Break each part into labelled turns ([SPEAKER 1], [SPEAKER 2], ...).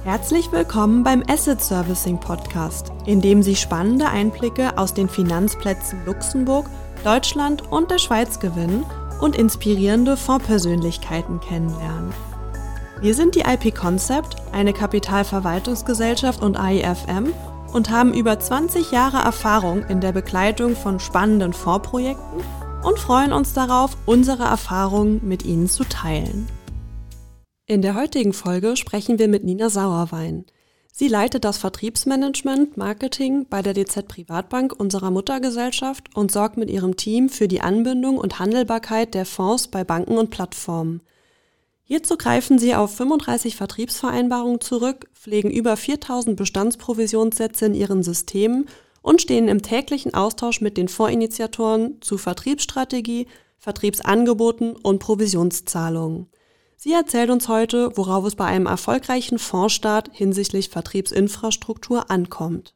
[SPEAKER 1] Herzlich willkommen beim Asset Servicing Podcast, in dem Sie spannende Einblicke aus den Finanzplätzen Luxemburg, Deutschland und der Schweiz gewinnen und inspirierende Fondspersönlichkeiten kennenlernen. Wir sind die IP Concept, eine Kapitalverwaltungsgesellschaft und AIFM und haben über 20 Jahre Erfahrung in der Begleitung von spannenden Fondsprojekten und freuen uns darauf, unsere Erfahrungen mit Ihnen zu teilen. In der heutigen Folge sprechen wir mit Nina Sauerwein. Sie leitet das Vertriebsmanagement Marketing bei der DZ Privatbank, unserer Muttergesellschaft, und sorgt mit ihrem Team für die Anbindung und Handelbarkeit der Fonds bei Banken und Plattformen. Hierzu greifen sie auf 35 Vertriebsvereinbarungen zurück, pflegen über 4000 Bestandsprovisionssätze in ihren Systemen und stehen im täglichen Austausch mit den Fondsinitiatoren zu Vertriebsstrategie, Vertriebsangeboten und Provisionszahlungen. Sie erzählt uns heute, worauf es bei einem erfolgreichen Fondsstart hinsichtlich Vertriebsinfrastruktur ankommt.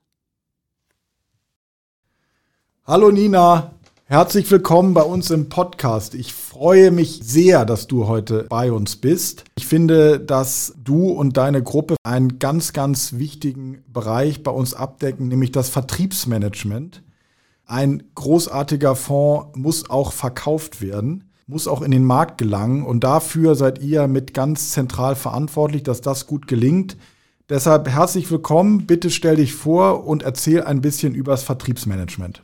[SPEAKER 2] Hallo Nina, herzlich willkommen bei uns im Podcast. Ich freue mich sehr, dass du heute bei uns bist. Ich finde, dass du und deine Gruppe einen ganz, ganz wichtigen Bereich bei uns abdecken, nämlich das Vertriebsmanagement. Ein großartiger Fonds muss auch verkauft werden, muss auch in den Markt gelangen, und dafür seid ihr mit ganz zentral verantwortlich, dass das gut gelingt. Deshalb herzlich willkommen, bitte stell dich vor und erzähl ein bisschen über das Vertriebsmanagement.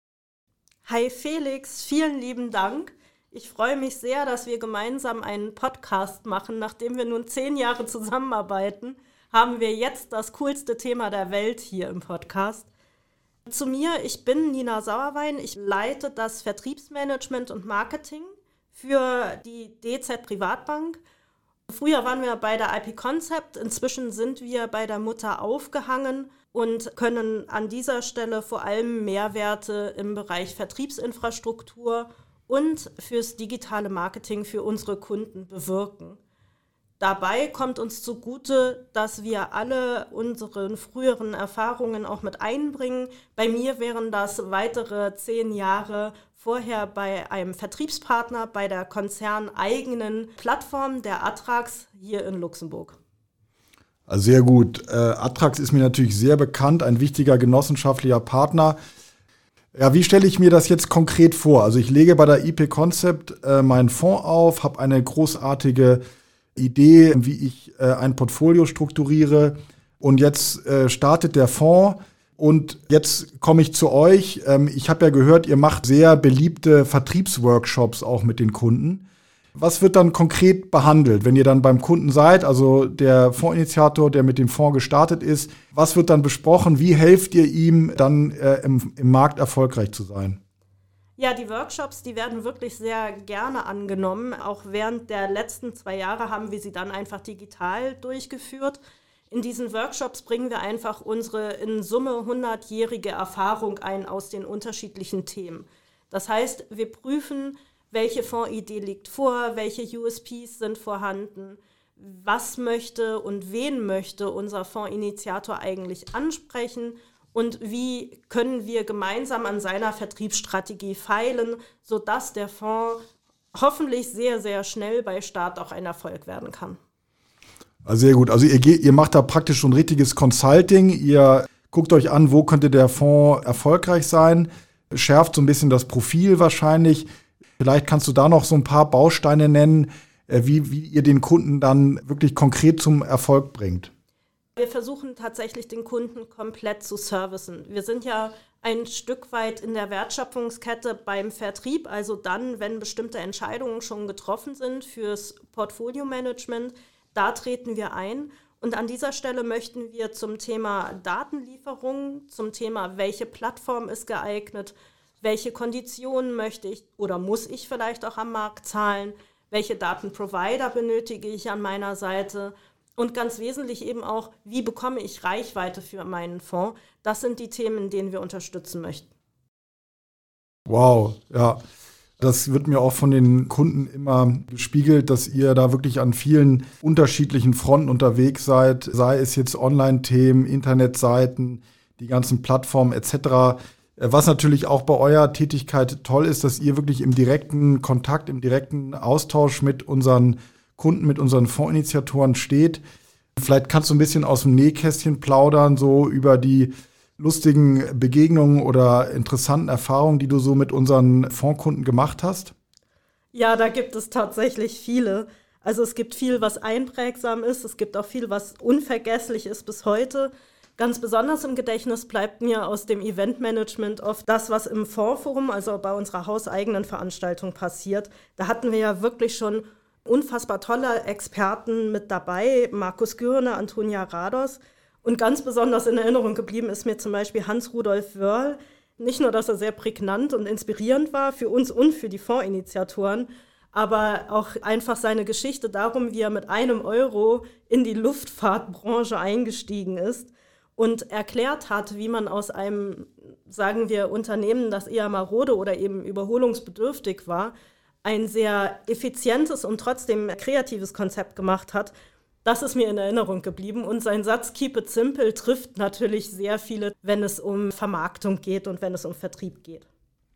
[SPEAKER 3] Hi Felix, vielen lieben Dank. Ich freue mich sehr, dass wir gemeinsam einen Podcast machen. Nachdem wir nun 10 Jahre zusammenarbeiten, haben wir jetzt das coolste Thema der Welt hier im Podcast. Zu mir, ich bin Nina Sauerwein, ich leite das Vertriebsmanagement und Marketing für die DZ Privatbank. Früher waren wir bei der IP Concept, inzwischen sind wir bei der Mutter aufgehangen und können an dieser Stelle vor allem Mehrwerte im Bereich Vertriebsinfrastruktur und fürs digitale Marketing für unsere Kunden bewirken. Dabei kommt uns zugute, dass wir alle unsere früheren Erfahrungen auch mit einbringen. Bei mir wären das weitere 10 Jahre vorher bei einem Vertriebspartner bei der konzerneigenen Plattform der Attrax hier in Luxemburg.
[SPEAKER 2] Also sehr gut. Attrax ist mir natürlich sehr bekannt, ein wichtiger genossenschaftlicher Partner. Ja, wie stelle ich mir das jetzt konkret vor? Also ich lege bei der IP Concept meinen Fonds auf, habe eine großartige Idee, wie ich ein Portfolio strukturiere, und jetzt startet der Fonds. Und jetzt komme ich zu euch. Ich habe ja gehört, ihr macht sehr beliebte Vertriebsworkshops auch mit den Kunden. Was wird dann konkret behandelt, wenn ihr dann beim Kunden seid, also der Fondsinitiator, der mit dem Fonds gestartet ist? Was wird dann besprochen? Wie helft ihr ihm dann im Markt erfolgreich zu sein?
[SPEAKER 3] Ja, die Workshops, die werden wirklich sehr gerne angenommen. Auch während der letzten 2 Jahre haben wir sie dann einfach digital durchgeführt. In diesen Workshops bringen wir einfach unsere in Summe 100-jährige Erfahrung ein aus den unterschiedlichen Themen. Das heißt, wir prüfen, welche Fondsidee liegt vor, welche USPs sind vorhanden, was möchte und wen möchte unser Fondsinitiator eigentlich ansprechen und wie können wir gemeinsam an seiner Vertriebsstrategie feilen, sodass der Fonds hoffentlich sehr, sehr schnell bei Start auch ein Erfolg werden kann.
[SPEAKER 2] Sehr gut. Also ihr macht da praktisch schon richtiges Consulting. Ihr guckt euch an, wo könnte der Fonds erfolgreich sein, schärft so ein bisschen das Profil wahrscheinlich. Vielleicht kannst du da noch so ein paar Bausteine nennen, wie ihr den Kunden dann wirklich konkret zum Erfolg bringt.
[SPEAKER 3] Wir versuchen tatsächlich den Kunden komplett zu servicen. Wir sind ja ein Stück weit in der Wertschöpfungskette beim Vertrieb, also dann, wenn bestimmte Entscheidungen schon getroffen sind fürs Portfolio-Management, da treten wir ein. Und an dieser Stelle möchten wir zum Thema Datenlieferung, zum Thema, welche Plattform ist geeignet, welche Konditionen möchte ich oder muss ich vielleicht auch am Markt zahlen, welche Datenprovider benötige ich an meiner Seite und ganz wesentlich eben auch, wie bekomme ich Reichweite für meinen Fonds. Das sind die Themen, in denen wir unterstützen möchten.
[SPEAKER 2] Wow, ja. Das wird mir auch von den Kunden immer gespiegelt, dass ihr da wirklich an vielen unterschiedlichen Fronten unterwegs seid, sei es jetzt Online-Themen, Internetseiten, die ganzen Plattformen etc. Was natürlich auch bei eurer Tätigkeit toll ist, dass ihr wirklich im direkten Kontakt, im direkten Austausch mit unseren Kunden, mit unseren Fondsinitiatoren steht. Vielleicht kannst du ein bisschen aus dem Nähkästchen plaudern, so über die lustigen Begegnungen oder interessanten Erfahrungen, die du so mit unseren Fondskunden gemacht hast?
[SPEAKER 3] Ja, da gibt es tatsächlich viele. Also es gibt viel, was einprägsam ist. Es gibt auch viel, was unvergesslich ist bis heute. Ganz besonders im Gedächtnis bleibt mir aus dem Eventmanagement oft das, was im Fondsforum, also bei unserer hauseigenen Veranstaltung passiert. Da hatten wir ja wirklich schon unfassbar tolle Experten mit dabei. Markus Gürne, Antonia Rados. Und ganz besonders in Erinnerung geblieben ist mir zum Beispiel Hans-Rudolf Wörl. Nicht nur, dass er sehr prägnant und inspirierend war für uns und für die Fondsinitiatoren, aber auch einfach seine Geschichte darum, wie er mit 1 Euro in die Luftfahrtbranche eingestiegen ist und erklärt hat, wie man aus einem, sagen wir, Unternehmen, das eher marode oder eben überholungsbedürftig war, ein sehr effizientes und trotzdem kreatives Konzept gemacht hat. Das ist mir in Erinnerung geblieben und sein Satz "Keep it simple" trifft natürlich sehr viele, wenn es um Vermarktung geht und wenn es um Vertrieb geht.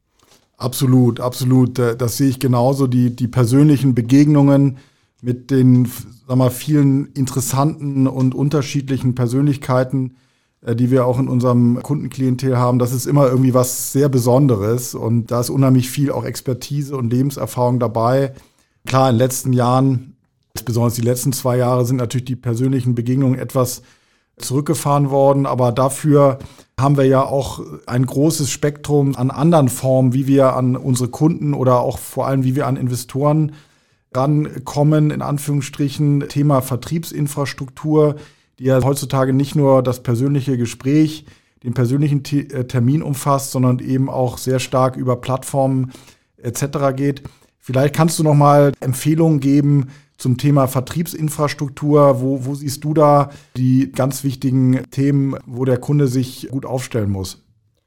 [SPEAKER 2] Absolut, absolut. Das sehe ich genauso. Die persönlichen Begegnungen mit den, vielen interessanten und unterschiedlichen Persönlichkeiten, die wir auch in unserem Kundenklientel haben, das ist immer irgendwie was sehr Besonderes und da ist unheimlich viel auch Expertise und Lebenserfahrung dabei. Klar, in den letzten Jahren, besonders die letzten 2 Jahre, sind natürlich die persönlichen Begegnungen etwas zurückgefahren worden, aber dafür haben wir ja auch ein großes Spektrum an anderen Formen, wie wir an unsere Kunden oder auch vor allem, wie wir an Investoren rankommen, in Anführungsstrichen. Thema Vertriebsinfrastruktur, die ja heutzutage nicht nur das persönliche Gespräch, den persönlichen Termin umfasst, sondern eben auch sehr stark über Plattformen etc. geht. Vielleicht kannst du noch mal Empfehlungen geben zum Thema Vertriebsinfrastruktur. Wo siehst du da die ganz wichtigen Themen, wo der Kunde sich gut aufstellen muss?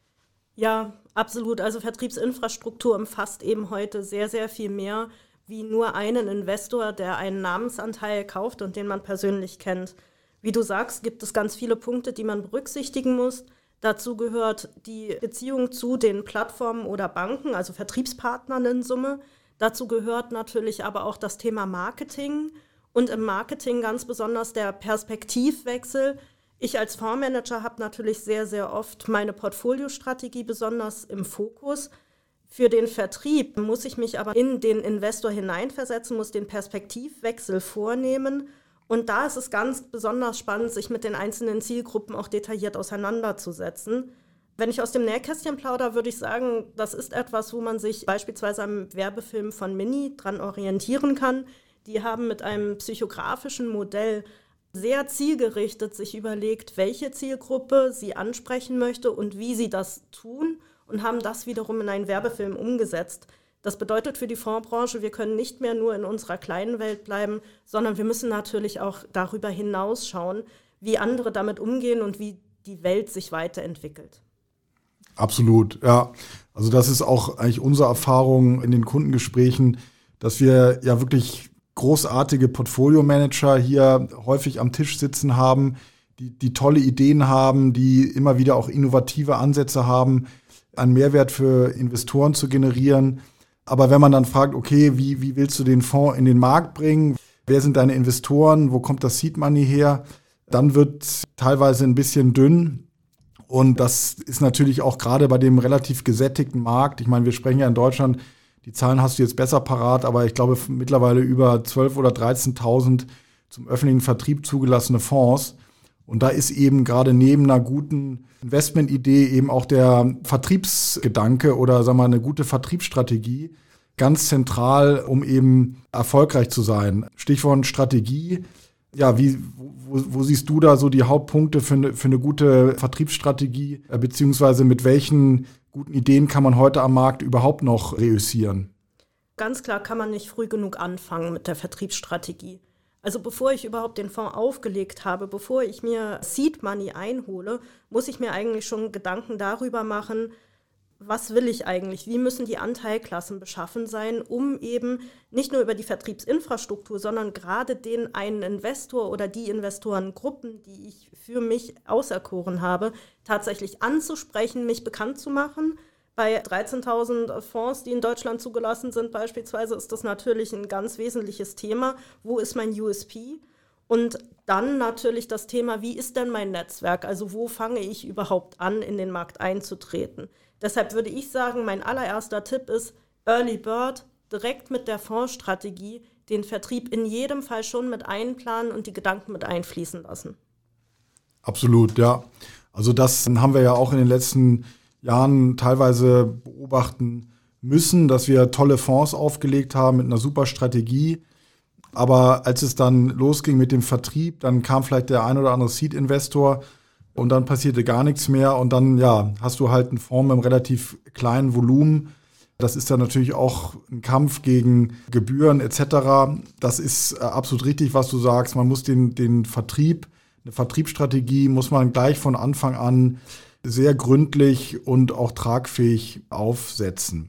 [SPEAKER 3] Ja, absolut. Also Vertriebsinfrastruktur umfasst eben heute sehr, sehr viel mehr wie nur einen Investor, der einen Namensanteil kauft und den man persönlich kennt. Wie du sagst, gibt es ganz viele Punkte, die man berücksichtigen muss. Dazu gehört die Beziehung zu den Plattformen oder Banken, also Vertriebspartnern in Summe. Dazu gehört natürlich aber auch das Thema Marketing und im Marketing ganz besonders der Perspektivwechsel. Ich als Fondsmanager habe natürlich sehr, sehr oft meine Portfoliostrategie besonders im Fokus. Für den Vertrieb muss ich mich aber in den Investor hineinversetzen, muss den Perspektivwechsel vornehmen. Und da ist es ganz besonders spannend, sich mit den einzelnen Zielgruppen auch detailliert auseinanderzusetzen. Wenn ich aus dem Nähkästchen plaudere, würde ich sagen, das ist etwas, wo man sich beispielsweise am Werbefilm von Mini dran orientieren kann. Die haben mit einem psychografischen Modell sehr zielgerichtet sich überlegt, welche Zielgruppe sie ansprechen möchte und wie sie das tun und haben das wiederum in einen Werbefilm umgesetzt. Das bedeutet für die Fondsbranche, wir können nicht mehr nur in unserer kleinen Welt bleiben, sondern wir müssen natürlich auch darüber hinaus schauen, wie andere damit umgehen und wie die Welt sich weiterentwickelt.
[SPEAKER 2] Absolut, ja. Also das ist auch eigentlich unsere Erfahrung in den Kundengesprächen, dass wir ja wirklich großartige Portfolio-Manager hier häufig am Tisch sitzen haben, die tolle Ideen haben, die immer wieder auch innovative Ansätze haben, einen Mehrwert für Investoren zu generieren. Aber wenn man dann fragt, okay, wie willst du den Fonds in den Markt bringen? Wer sind deine Investoren? Wo kommt das Seed Money her? Dann wird teilweise ein bisschen dünn. Und das ist natürlich auch gerade bei dem relativ gesättigten Markt. Ich meine, wir sprechen ja in Deutschland, die Zahlen hast du jetzt besser parat, aber ich glaube mittlerweile über 12.000 oder 13.000 zum öffentlichen Vertrieb zugelassene Fonds. Und da ist eben gerade neben einer guten Investmentidee eben auch der Vertriebsgedanke oder sagen wir mal eine gute Vertriebsstrategie ganz zentral, um eben erfolgreich zu sein. Stichwort Strategie. Ja, wo siehst du da so die Hauptpunkte für eine gute Vertriebsstrategie, beziehungsweise mit welchen guten Ideen kann man heute am Markt überhaupt noch reüssieren?
[SPEAKER 3] Ganz klar kann man nicht früh genug anfangen mit der Vertriebsstrategie. Also bevor ich überhaupt den Fonds aufgelegt habe, bevor ich mir Seed Money einhole, muss ich mir eigentlich schon Gedanken darüber machen, was will ich eigentlich? Wie müssen die Anteilklassen beschaffen sein, um eben nicht nur über die Vertriebsinfrastruktur, sondern gerade den einen Investor oder die Investorengruppen, die ich für mich auserkoren habe, tatsächlich anzusprechen, mich bekannt zu machen. Bei 13.000 Fonds, die in Deutschland zugelassen sind beispielsweise, ist das natürlich ein ganz wesentliches Thema. Wo ist mein USP? Und dann natürlich das Thema, wie ist denn mein Netzwerk? Also wo fange ich überhaupt an, in den Markt einzutreten? Deshalb würde ich sagen, mein allererster Tipp ist Early Bird, direkt mit der Fondsstrategie den Vertrieb in jedem Fall schon mit einplanen und die Gedanken mit einfließen lassen.
[SPEAKER 2] Absolut, ja. Also das haben wir ja auch in den letzten Jahren teilweise beobachten müssen, dass wir tolle Fonds aufgelegt haben mit einer super Strategie. Aber als es dann losging mit dem Vertrieb, dann kam vielleicht der ein oder andere Seed-Investor und dann passierte gar nichts mehr. Und dann hast du halt einen Fonds mit einem relativ kleinen Volumen. Das ist dann natürlich auch ein Kampf gegen Gebühren etc. Das ist absolut richtig, was du sagst. Man muss den Vertrieb, eine Vertriebsstrategie muss man gleich von Anfang an sehr gründlich und auch tragfähig aufsetzen.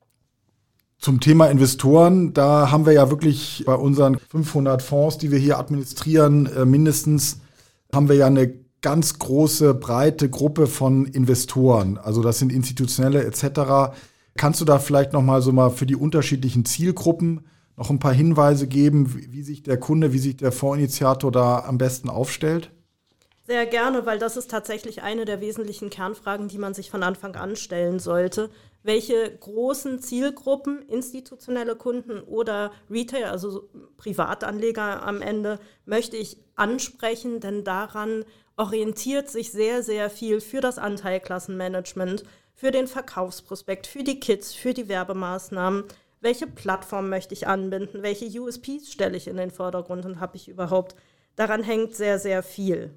[SPEAKER 2] Zum Thema Investoren, da haben wir ja wirklich bei unseren 500 Fonds, die wir hier administrieren, mindestens, haben wir ja eine ganz große, breite Gruppe von Investoren. Also das sind Institutionelle etc. Kannst du da vielleicht nochmal so mal für die unterschiedlichen Zielgruppen noch ein paar Hinweise geben, wie sich der Kunde, wie sich der Fondsinitiator da am besten aufstellt?
[SPEAKER 3] Sehr gerne, weil das ist tatsächlich eine der wesentlichen Kernfragen, die man sich von Anfang an stellen sollte. Welche großen Zielgruppen, institutionelle Kunden oder Retail, also Privatanleger am Ende, möchte ich ansprechen? Denn daran orientiert sich sehr, sehr viel für das Anteilklassenmanagement, für den Verkaufsprospekt, für die Kits, für die Werbemaßnahmen. Welche Plattform möchte ich anbinden? Welche USPs stelle ich in den Vordergrund und habe ich überhaupt? Daran hängt sehr, sehr viel.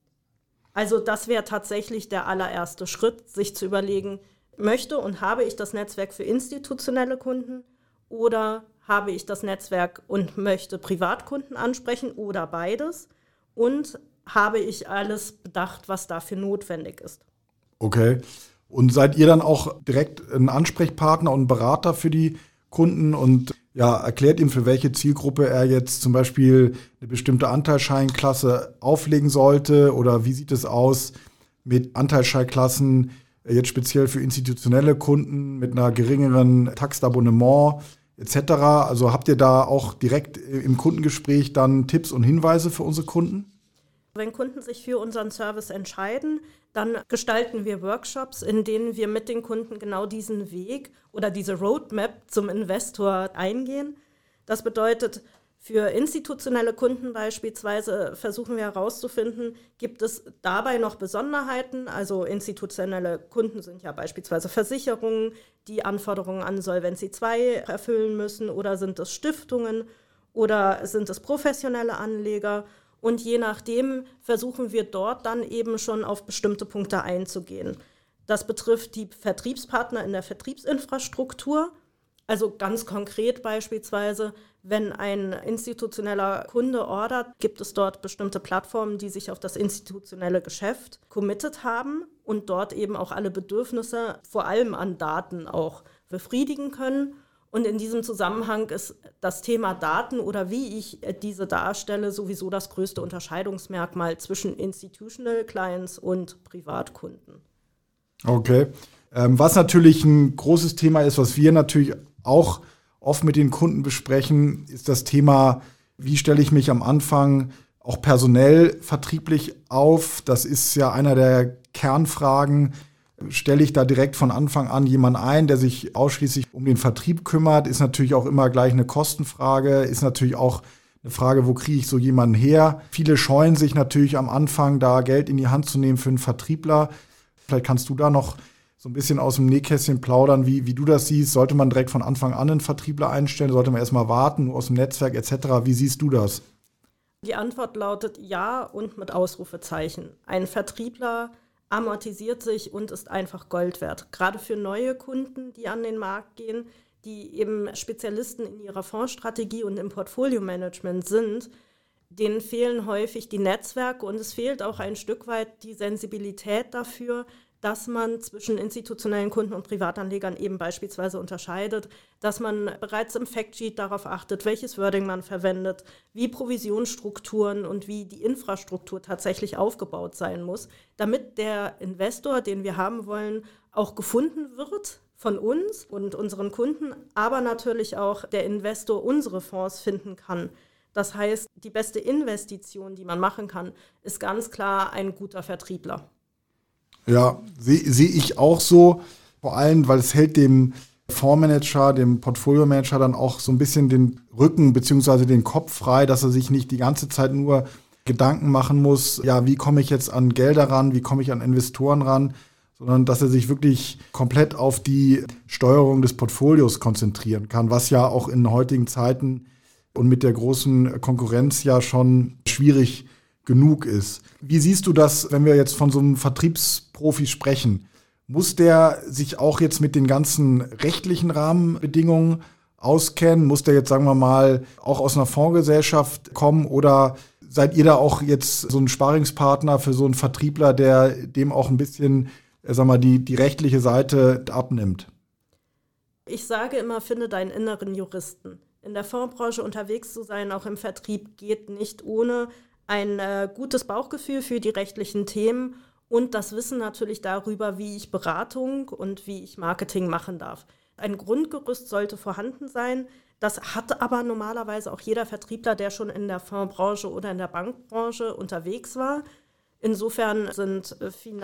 [SPEAKER 3] Also das wäre tatsächlich der allererste Schritt, sich zu überlegen, möchte und habe ich das Netzwerk für institutionelle Kunden oder habe ich das Netzwerk und möchte Privatkunden ansprechen oder beides und habe ich alles bedacht, was dafür notwendig ist.
[SPEAKER 2] Okay. Und seid ihr dann auch direkt ein Ansprechpartner und ein Berater für die Kunden und erklärt ihm, für welche Zielgruppe er jetzt zum Beispiel eine bestimmte Anteilsscheinklasse auflegen sollte oder wie sieht es aus mit Anteilsscheinklassen jetzt speziell für institutionelle Kunden mit einer geringeren Taxabonnement etc. Also habt ihr da auch direkt im Kundengespräch dann Tipps und Hinweise für unsere Kunden?
[SPEAKER 3] Wenn Kunden sich für unseren Service entscheiden, dann gestalten wir Workshops, in denen wir mit den Kunden genau diesen Weg oder diese Roadmap zum Investor eingehen. Das bedeutet, für institutionelle Kunden beispielsweise versuchen wir herauszufinden, gibt es dabei noch Besonderheiten? Also institutionelle Kunden sind ja beispielsweise Versicherungen, die Anforderungen an Solvency II erfüllen müssen, oder sind es Stiftungen oder sind es professionelle Anleger? Und je nachdem versuchen wir dort dann eben schon auf bestimmte Punkte einzugehen. Das betrifft die Vertriebspartner in der Vertriebsinfrastruktur. Also ganz konkret beispielsweise, wenn ein institutioneller Kunde ordert, gibt es dort bestimmte Plattformen, die sich auf das institutionelle Geschäft committed haben und dort eben auch alle Bedürfnisse, vor allem an Daten, auch befriedigen können. Und in diesem Zusammenhang ist das Thema Daten oder wie ich diese darstelle sowieso das größte Unterscheidungsmerkmal zwischen Institutional Clients und Privatkunden.
[SPEAKER 2] Okay. Was natürlich ein großes Thema ist, was wir natürlich auch oft mit den Kunden besprechen, ist das Thema, wie stelle ich mich am Anfang auch personell vertrieblich auf? Das ist ja einer der Kernfragen. Stelle ich da direkt von Anfang an jemanden ein, der sich ausschließlich um den Vertrieb kümmert, ist natürlich auch immer gleich eine Kostenfrage, ist natürlich auch eine Frage, wo kriege ich so jemanden her? Viele scheuen sich natürlich am Anfang, da Geld in die Hand zu nehmen für einen Vertriebler. Vielleicht kannst du da noch so ein bisschen aus dem Nähkästchen plaudern, wie du das siehst. Sollte man direkt von Anfang an einen Vertriebler einstellen? Sollte man erstmal warten, nur aus dem Netzwerk etc.? Wie siehst du das?
[SPEAKER 3] Die Antwort lautet ja und mit Ausrufezeichen. Ein Vertriebler amortisiert sich und ist einfach Gold wert. Gerade für neue Kunden, die an den Markt gehen, die eben Spezialisten in ihrer Fondsstrategie und im Portfolio-Management sind, denen fehlen häufig die Netzwerke und es fehlt auch ein Stück weit die Sensibilität dafür, dass man zwischen institutionellen Kunden und Privatanlegern eben beispielsweise unterscheidet, dass man bereits im Factsheet darauf achtet, welches Wording man verwendet, wie Provisionsstrukturen und wie die Infrastruktur tatsächlich aufgebaut sein muss, damit der Investor, den wir haben wollen, auch gefunden wird von uns und unseren Kunden, aber natürlich auch der Investor unsere Fonds finden kann. Das heißt, die beste Investition, die man machen kann, ist ganz klar ein guter Vertriebler.
[SPEAKER 2] Ja, sehe ich auch so. Vor allem, weil es hält dem Fondsmanager, dem Portfolio-Manager dann auch so ein bisschen den Rücken bzw. den Kopf frei, dass er sich nicht die ganze Zeit nur Gedanken machen muss, ja, wie komme ich jetzt an Gelder ran, wie komme ich an Investoren ran, sondern dass er sich wirklich komplett auf die Steuerung des Portfolios konzentrieren kann, was ja auch in heutigen Zeiten und mit der großen Konkurrenz ja schon schwierig genug ist. Wie siehst du das, wenn wir jetzt von so einem Vertriebsprofi sprechen? Muss der sich auch jetzt mit den ganzen rechtlichen Rahmenbedingungen auskennen? Muss der jetzt, sagen wir mal, auch aus einer Fondsgesellschaft kommen? Oder seid ihr da auch jetzt so ein Sparingspartner für so einen Vertriebler, der dem auch ein bisschen, die rechtliche Seite abnimmt?
[SPEAKER 3] Ich sage immer, finde deinen inneren Juristen. In der Fondsbranche unterwegs zu sein, auch im Vertrieb, geht nicht ohne ein gutes Bauchgefühl für die rechtlichen Themen und das Wissen natürlich darüber, wie ich Beratung und wie ich Marketing machen darf. Ein Grundgerüst sollte vorhanden sein. Das hat aber normalerweise auch jeder Vertriebler, der schon in der Fondsbranche oder in der Bankbranche unterwegs war. Insofern sind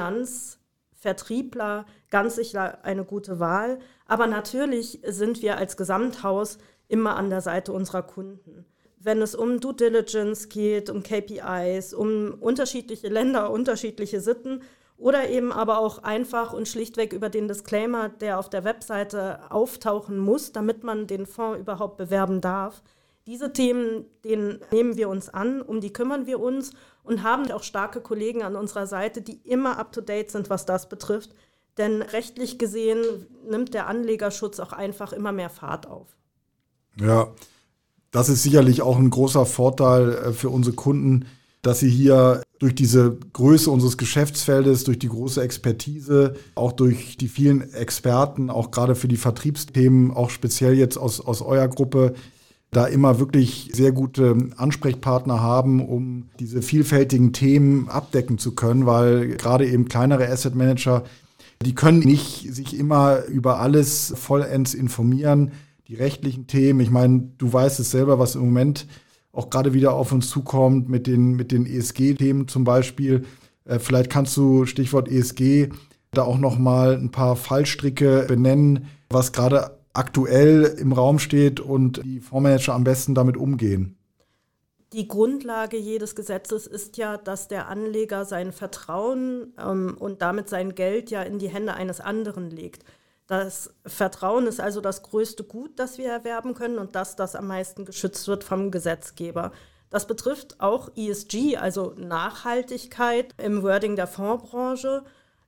[SPEAKER 3] Finanzvertriebler ganz sicher eine gute Wahl. Aber natürlich sind wir als Gesamthaus immer an der Seite unserer Kunden. Wenn es um Due Diligence geht, um KPIs, um unterschiedliche Länder, unterschiedliche Sitten oder eben aber auch einfach und schlichtweg über den Disclaimer, der auf der Webseite auftauchen muss, damit man den Fonds überhaupt bewerben darf. Diese Themen, denen nehmen wir uns an, um die kümmern wir uns und haben auch starke Kollegen an unserer Seite, die immer up-to-date sind, was das betrifft. Denn rechtlich gesehen nimmt der Anlegerschutz auch einfach immer mehr Fahrt auf.
[SPEAKER 2] Ja, das ist sicherlich auch ein großer Vorteil für unsere Kunden, dass sie hier durch diese Größe unseres Geschäftsfeldes, durch die große Expertise, auch durch die vielen Experten, auch gerade für die Vertriebsthemen, auch speziell jetzt aus eurer Gruppe, da immer wirklich sehr gute Ansprechpartner haben, um diese vielfältigen Themen abdecken zu können, weil gerade eben kleinere Asset Manager, die können nicht sich immer über alles vollends informieren. Die rechtlichen Themen, ich meine, du weißt es selber, was im Moment auch gerade wieder auf uns zukommt mit den ESG-Themen zum Beispiel. Vielleicht kannst du, Stichwort ESG, da auch noch mal ein paar Fallstricke benennen, was gerade aktuell im Raum steht und die Fondsmanager am besten damit umgehen.
[SPEAKER 3] Die Grundlage jedes Gesetzes ist ja, dass der Anleger sein Vertrauen und damit sein Geld ja in die Hände eines anderen legt. Das Vertrauen ist also das größte Gut, das wir erwerben können und das am meisten geschützt wird vom Gesetzgeber. Das betrifft auch ESG, also Nachhaltigkeit im Wording der Fondsbranche.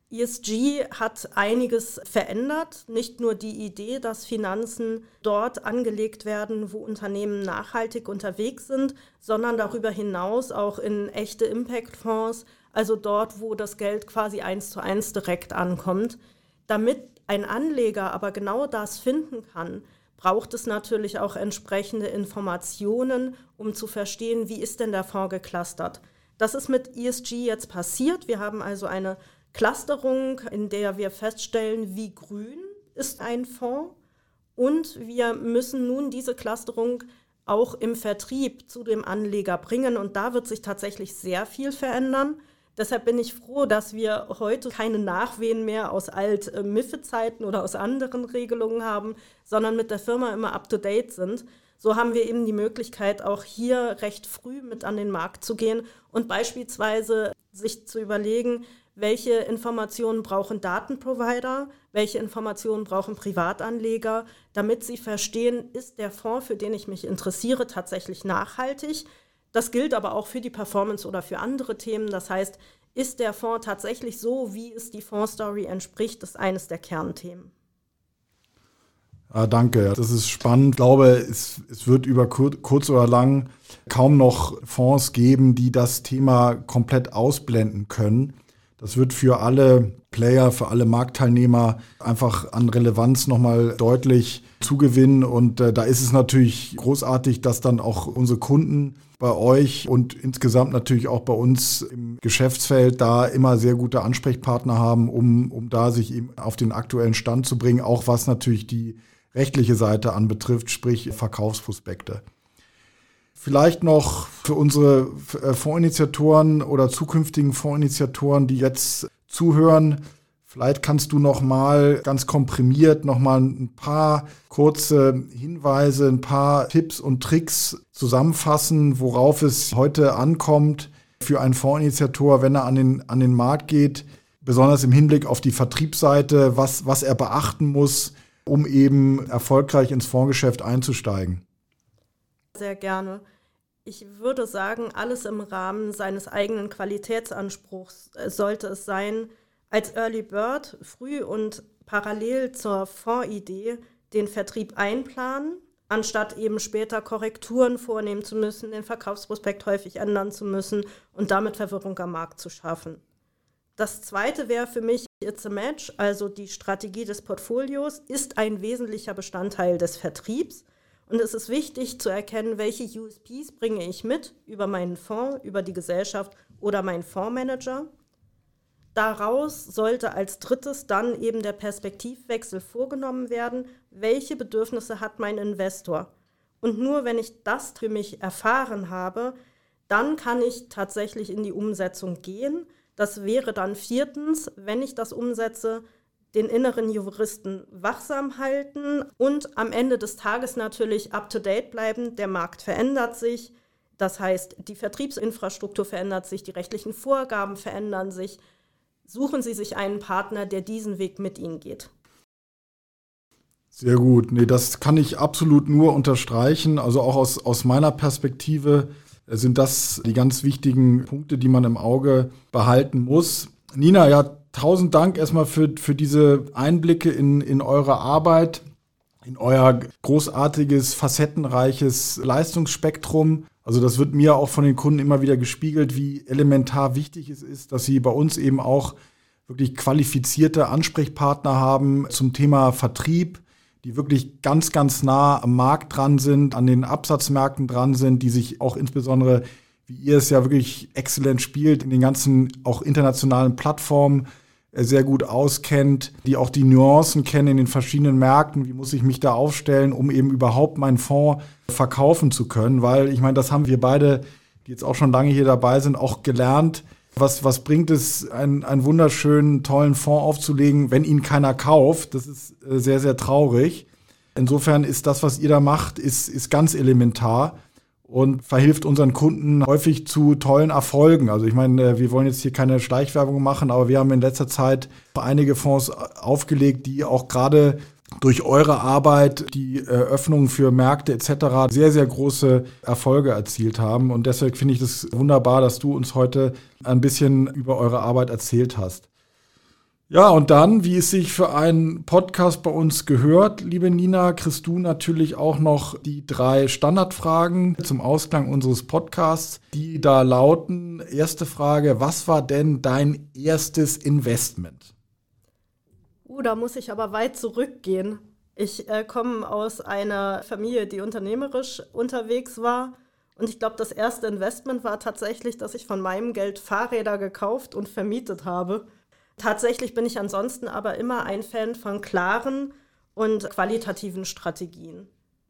[SPEAKER 3] ESG hat einiges verändert, nicht nur die Idee, dass Finanzen dort angelegt werden, wo Unternehmen nachhaltig unterwegs sind, sondern darüber hinaus auch in echte Impact-Fonds, also dort, wo das Geld quasi 1:1 direkt ankommt. Damit ein Anleger aber genau das finden kann, braucht es natürlich auch entsprechende Informationen, um zu verstehen, wie ist denn der Fonds geclustert. Das ist mit ESG jetzt passiert. Wir haben also eine Clusterung, in der wir feststellen, wie grün ist ein Fonds. Und wir müssen nun diese Clusterung auch im Vertrieb zu dem Anleger bringen. Und da wird sich tatsächlich sehr viel verändern. Deshalb bin ich froh, dass wir heute keine Nachwehen mehr aus Alt-MiFID-Zeiten oder aus anderen Regelungen haben, sondern mit der Firma immer up-to-date sind. So haben wir eben die Möglichkeit, auch hier recht früh mit an den Markt zu gehen und beispielsweise sich zu überlegen, welche Informationen brauchen Datenprovider, welche Informationen brauchen Privatanleger, damit sie verstehen, ist der Fonds, für den ich mich interessiere, tatsächlich nachhaltig. Das gilt aber auch für die Performance oder für andere Themen. Das heißt, ist der Fonds tatsächlich so, wie es die Fondsstory entspricht, ist eines der Kernthemen.
[SPEAKER 2] Ja, danke, das ist spannend. Ich glaube, es wird über kurz oder lang kaum noch Fonds geben, die das Thema komplett ausblenden können. Das wird für alle Player, für alle Marktteilnehmer einfach an Relevanz nochmal deutlich zugewinnen. Und da ist es natürlich großartig, dass dann auch unsere Kunden bei euch und insgesamt natürlich auch bei uns im Geschäftsfeld da immer sehr gute Ansprechpartner haben, um da sich eben auf den aktuellen Stand zu bringen, auch was natürlich die rechtliche Seite anbetrifft, sprich Verkaufsprospekte. Vielleicht noch für unsere Fondsinitiatoren oder zukünftigen Fondsinitiatoren, die jetzt zuhören, vielleicht kannst du noch mal ganz komprimiert noch mal ein paar kurze Hinweise, ein paar Tipps und Tricks zusammenfassen, worauf es heute ankommt für einen Fondsinitiator, wenn er an den Markt geht, besonders im Hinblick auf die Vertriebsseite, was er beachten muss, um eben erfolgreich ins Fondsgeschäft einzusteigen.
[SPEAKER 3] Sehr gerne. Ich würde sagen, alles im Rahmen seines eigenen Qualitätsanspruchs sollte es sein, als Early Bird früh und parallel zur Fondsidee den Vertrieb einplanen, anstatt eben später Korrekturen vornehmen zu müssen, den Verkaufsprospekt häufig ändern zu müssen und damit Verwirrung am Markt zu schaffen. Das zweite wäre für mich It's a Match, also die Strategie des Portfolios, ist ein wesentlicher Bestandteil des Vertriebs. Und es ist wichtig zu erkennen, welche USPs bringe ich mit über meinen Fonds, über die Gesellschaft oder meinen Fondsmanager. Daraus sollte als drittes dann eben der Perspektivwechsel vorgenommen werden. Welche Bedürfnisse hat mein Investor? Und nur wenn ich das für mich erfahren habe, dann kann ich tatsächlich in die Umsetzung gehen. Das wäre dann viertens, wenn ich das umsetze, den inneren Juristen wachsam halten und am Ende des Tages natürlich up-to-date bleiben. Der Markt verändert sich, das heißt, die Vertriebsinfrastruktur verändert sich, die rechtlichen Vorgaben verändern sich. Suchen Sie sich einen Partner, der diesen Weg mit Ihnen geht.
[SPEAKER 2] Sehr gut. Nee, das kann ich absolut nur unterstreichen. Also auch aus meiner Perspektive sind das die ganz wichtigen Punkte, die man im Auge behalten muss. Nina, ja, 1000 Dank erstmal für diese Einblicke in eure Arbeit, in euer großartiges, facettenreiches Leistungsspektrum. Also das wird mir auch von den Kunden immer wieder gespiegelt, wie elementar wichtig es ist, dass sie bei uns eben auch wirklich qualifizierte Ansprechpartner haben zum Thema Vertrieb, die wirklich ganz, ganz nah am Markt dran sind, an den Absatzmärkten dran sind, die sich auch insbesondere, wie ihr es ja wirklich exzellent spielt, in den ganzen auch internationalen Plattformen sehr gut auskennt, die auch die Nuancen kennen in den verschiedenen Märkten. Wie muss ich mich da aufstellen, um eben überhaupt meinen Fonds verkaufen zu können? Weil ich meine, das haben wir beide, die jetzt auch schon lange hier dabei sind, auch gelernt. Was bringt es, einen wunderschönen, tollen Fonds aufzulegen, wenn ihn keiner kauft? Das ist sehr, sehr traurig. Insofern ist das, was ihr da macht, ist ganz elementar und verhilft unseren Kunden häufig zu tollen Erfolgen. Also ich meine, wir wollen jetzt hier keine Schleichwerbung machen, aber wir haben in letzter Zeit einige Fonds aufgelegt, die auch gerade durch eure Arbeit, die Öffnung für Märkte etc. sehr, sehr große Erfolge erzielt haben. Und deshalb finde ich das wunderbar, dass du uns heute ein bisschen über eure Arbeit erzählt hast. Ja, und dann, wie es sich für einen Podcast bei uns gehört, liebe Nina, kriegst du natürlich auch noch die 3 Standardfragen zum Ausklang unseres Podcasts, die da lauten. Erste Frage, was war denn dein erstes Investment?
[SPEAKER 3] Da muss ich aber weit zurückgehen. Ich komme aus einer Familie, die unternehmerisch unterwegs war. Und ich glaube, das erste Investment war tatsächlich, dass ich von meinem Geld Fahrräder gekauft und vermietet habe. Tatsächlich bin ich ansonsten aber immer ein Fan von klaren und qualitativen Strategien.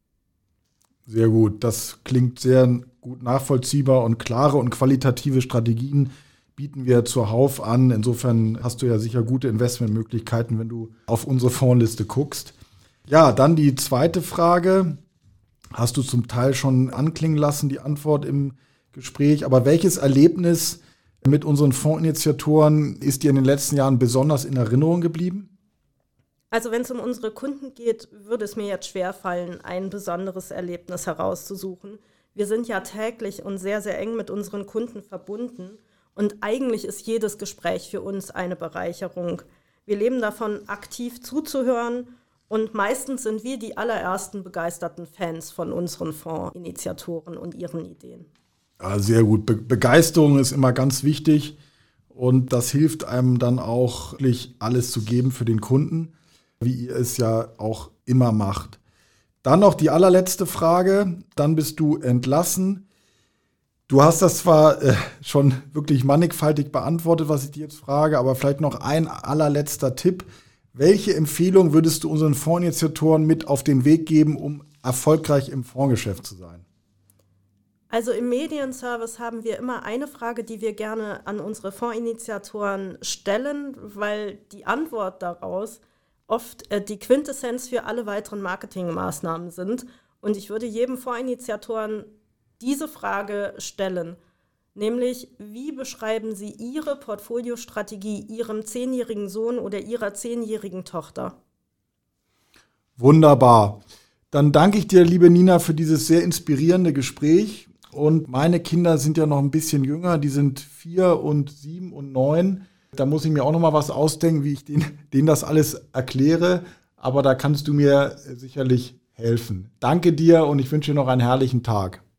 [SPEAKER 2] Sehr gut, das klingt sehr gut nachvollziehbar und klare und qualitative Strategien bieten wir zuhauf an. Insofern hast du ja sicher gute Investmentmöglichkeiten, wenn du auf unsere Fondsliste guckst. Ja, dann die zweite Frage. Hast du zum Teil schon anklingen lassen, die Antwort im Gespräch. Aber welches Erlebnis mit unseren Fondsinitiatoren ist dir in den letzten Jahren besonders in Erinnerung geblieben?
[SPEAKER 3] Also wenn es um unsere Kunden geht, würde es mir jetzt schwerfallen, ein besonderes Erlebnis herauszusuchen. Wir sind ja täglich und sehr, sehr eng mit unseren Kunden verbunden. Und eigentlich ist jedes Gespräch für uns eine Bereicherung. Wir leben davon, aktiv zuzuhören. Und meistens sind wir die allerersten begeisterten Fans von unseren Fondsinitiatoren und ihren Ideen.
[SPEAKER 2] Ja, sehr gut. Begeisterung ist immer ganz wichtig. Und das hilft einem dann auch, wirklich alles zu geben für den Kunden, wie ihr es ja auch immer macht. Dann noch die allerletzte Frage. Dann bist du entlassen. Du hast das zwar schon wirklich mannigfaltig beantwortet, was ich dir jetzt frage, aber vielleicht noch ein allerletzter Tipp. Welche Empfehlung würdest du unseren Fondsinitiatoren mit auf den Weg geben, um erfolgreich im Fondsgeschäft zu sein?
[SPEAKER 3] Also im Medienservice haben wir immer eine Frage, die wir gerne an unsere Fondsinitiatoren stellen, weil die Antwort daraus oft die Quintessenz für alle weiteren Marketingmaßnahmen sind. Und ich würde jedem Fondsinitiatoren diese Frage stellen, nämlich wie beschreiben Sie Ihre Portfoliostrategie Ihrem 10-jährigen Sohn oder Ihrer 10-jährigen Tochter?
[SPEAKER 2] Wunderbar. Dann danke ich dir, liebe Nina, für dieses sehr inspirierende Gespräch. Und meine Kinder sind ja noch ein bisschen jünger, die sind 4 und 7 und 9. Da muss ich mir auch noch mal was ausdenken, wie ich denen das alles erkläre. Aber da kannst du mir sicherlich helfen. Danke dir und ich wünsche dir noch einen herrlichen Tag.